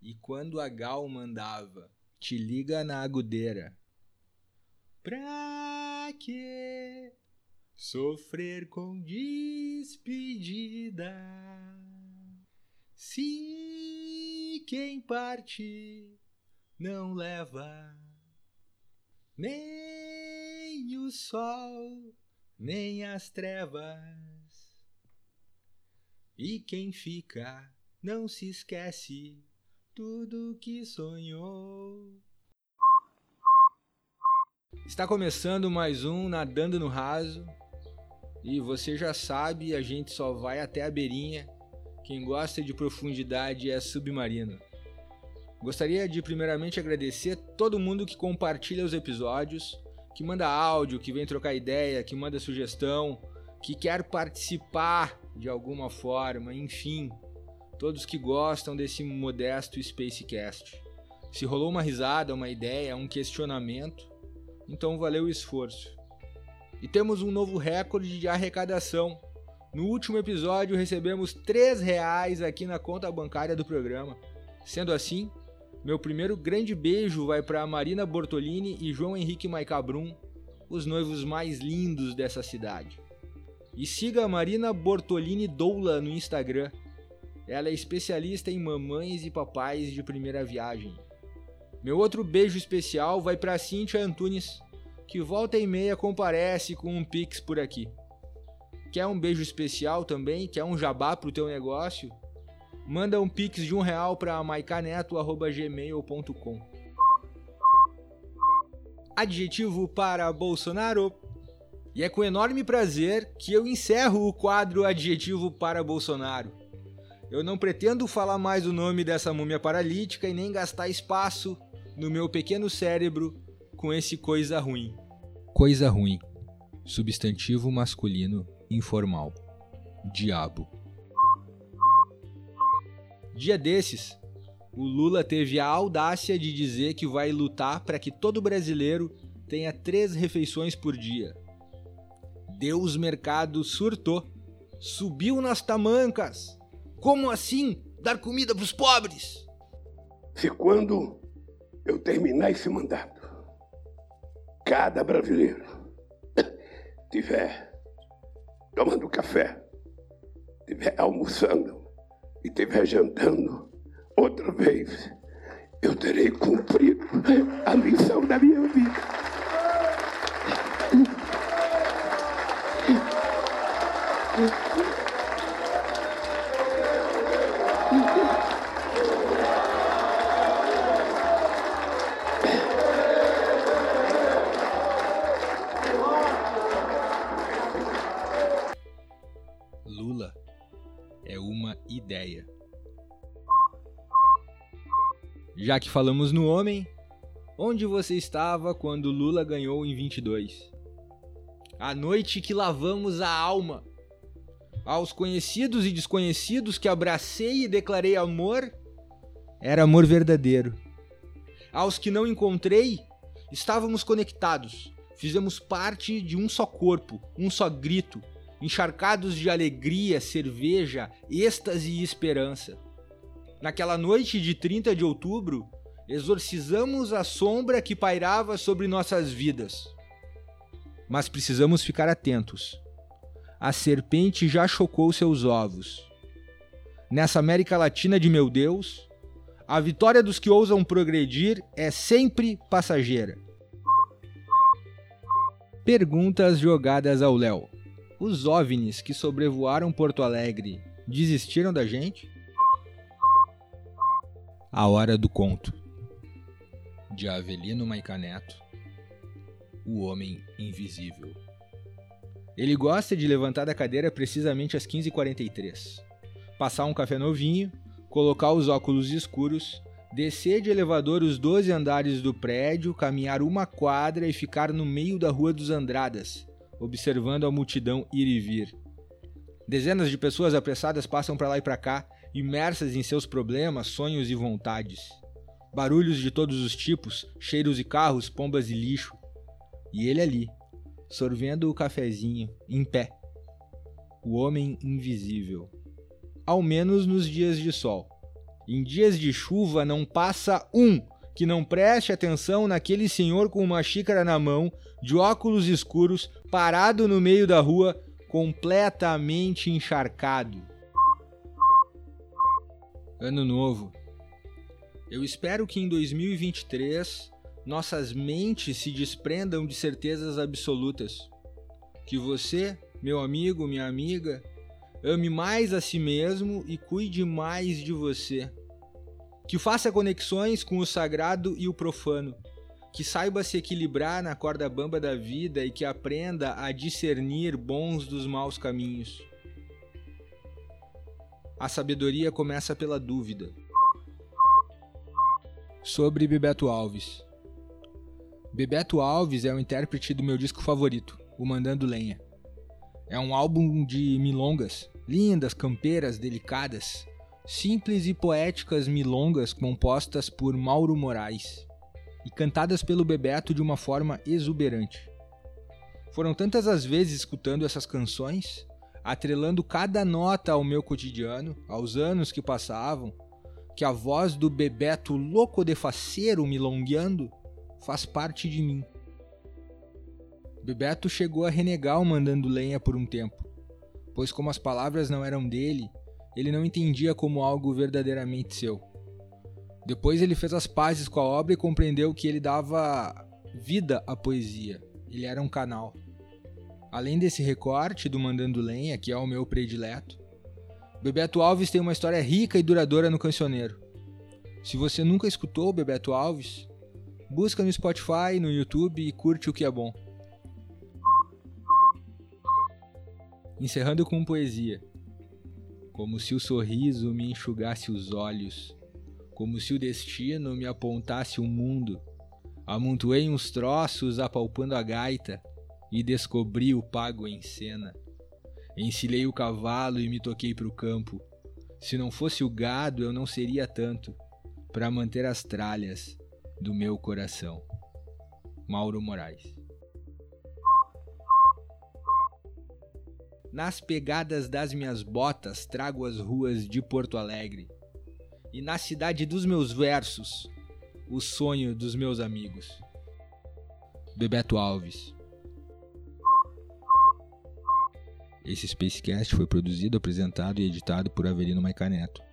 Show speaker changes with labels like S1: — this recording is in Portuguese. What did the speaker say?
S1: E quando a Gal mandava, te liga na agudeira. Pra que sofrer com despedida? Se quem parte não leva nem o sol, nem as trevas. E quem fica não se esquece tudo que sonhou. Está começando mais um Nadando no Raso. E você já sabe, a gente só vai até a beirinha. Quem gosta de profundidade é submarino. Gostaria de primeiramente agradecer todo mundo que compartilha os episódios, que manda áudio, que vem trocar ideia, que manda sugestão, que quer participar de alguma forma, enfim, todos que gostam desse modesto Spacecast. Se rolou uma risada, uma ideia, um questionamento, então valeu o esforço. E temos um novo recorde de arrecadação. No último episódio recebemos R$3 aqui na conta bancária do programa. Sendo assim, meu primeiro grande beijo vai para Marina Bortolini e João Henrique Maicabrum, os noivos mais lindos dessa cidade. E siga a Marina Bortolini Doula no Instagram. Ela é especialista em mamães e papais de primeira viagem. Meu outro beijo especial vai para Cíntia Antunes, que volta e meia comparece com um pix por aqui. Quer um beijo especial também? Quer um jabá pro teu negócio? Manda um pix de R$1 para maicaneto@gmail.com. Adjetivo para Bolsonaro. E é com enorme prazer que eu encerro o quadro Adjetivo para Bolsonaro. Eu não pretendo falar mais o nome dessa múmia paralítica e nem gastar espaço no meu pequeno cérebro com esse coisa ruim. Coisa ruim. Substantivo masculino informal. Diabo. Dia desses, o Lula teve a audácia de dizer que vai lutar para que todo brasileiro tenha 3 refeições por dia. Deus mercado surtou, subiu nas tamancas. Como assim dar comida pros pobres?
S2: Se quando eu terminar esse mandato, cada brasileiro tiver tomando café, tiver almoçando e tiver jantando, outra vez eu terei cumprido a missão da minha vida.
S1: Lula é uma ideia. Já que falamos no homem, onde você estava quando Lula ganhou em 22? A noite que lavamos a alma. Aos conhecidos e desconhecidos que abracei e declarei amor, era amor verdadeiro. Aos que não encontrei, estávamos conectados. Fizemos parte de um só corpo, um só grito, encharcados de alegria, cerveja, êxtase e esperança. Naquela noite de 30 de outubro, exorcizamos a sombra que pairava sobre nossas vidas. Mas precisamos ficar atentos. A serpente já chocou seus ovos. Nessa América Latina de meu Deus, a vitória dos que ousam progredir é sempre passageira. Perguntas jogadas ao Léo. Os OVNIs que sobrevoaram Porto Alegre desistiram da gente? A hora do conto. De Avelino Maicaneto. O homem invisível. Ele gosta de levantar da cadeira precisamente às 15h43. Passar um café novinho, colocar os óculos escuros, descer de elevador os 12 andares do prédio, caminhar uma quadra e ficar no meio da Rua dos Andradas, observando a multidão ir e vir. Dezenas de pessoas apressadas passam para lá e para cá, imersas em seus problemas, sonhos e vontades. Barulhos de todos os tipos, cheiros e carros, pombas e lixo. E ele ali, sorvendo o cafezinho, em pé. O homem invisível. Ao menos nos dias de sol. Em dias de chuva não passa um que não preste atenção naquele senhor com uma xícara na mão, de óculos escuros, parado no meio da rua, completamente encharcado. Ano novo. Eu espero que em 2023 nossas mentes se desprendam de certezas absolutas. Que você, meu amigo, minha amiga, ame mais a si mesmo e cuide mais de você. Que faça conexões com o sagrado e o profano. Que saiba se equilibrar na corda bamba da vida e que aprenda a discernir bons dos maus caminhos. A sabedoria começa pela dúvida. Sobre Bebeto Alves. Bebeto Alves é o intérprete do meu disco favorito, o Mandando Lenha. É um álbum de milongas, lindas, campeiras, delicadas, simples e poéticas milongas compostas por Mauro Moraes e cantadas pelo Bebeto de uma forma exuberante. Foram tantas as vezes escutando essas canções, atrelando cada nota ao meu cotidiano, aos anos que passavam, que a voz do Bebeto louco de faceiro milongueando faz parte de mim. Bebeto chegou a renegar o Mandando Lenha por um tempo, pois como as palavras não eram dele, ele não entendia como algo verdadeiramente seu. Depois ele fez as pazes com a obra e compreendeu que ele dava vida à poesia, ele era um canal. Além desse recorte do Mandando Lenha, que é o meu predileto, Bebeto Alves tem uma história rica e duradoura no cancioneiro. Se você nunca escutou o Bebeto Alves, busca no Spotify, no YouTube e curte o que é bom. Encerrando com poesia. Como se o sorriso me enxugasse os olhos, como se o destino me apontasse o mundo, amontoei uns troços apalpando a gaita e descobri o pago em cena. Encilhei o cavalo e me toquei pro campo. Se não fosse o gado, eu não seria tanto, para manter as tralhas do meu coração. Mauro Moraes. Nas pegadas das minhas botas trago as ruas de Porto Alegre, e na cidade dos meus versos, o sonho dos meus amigos. Bebeto Alves. Esse Spacecast foi produzido, apresentado e editado por Avelino Maicaneto.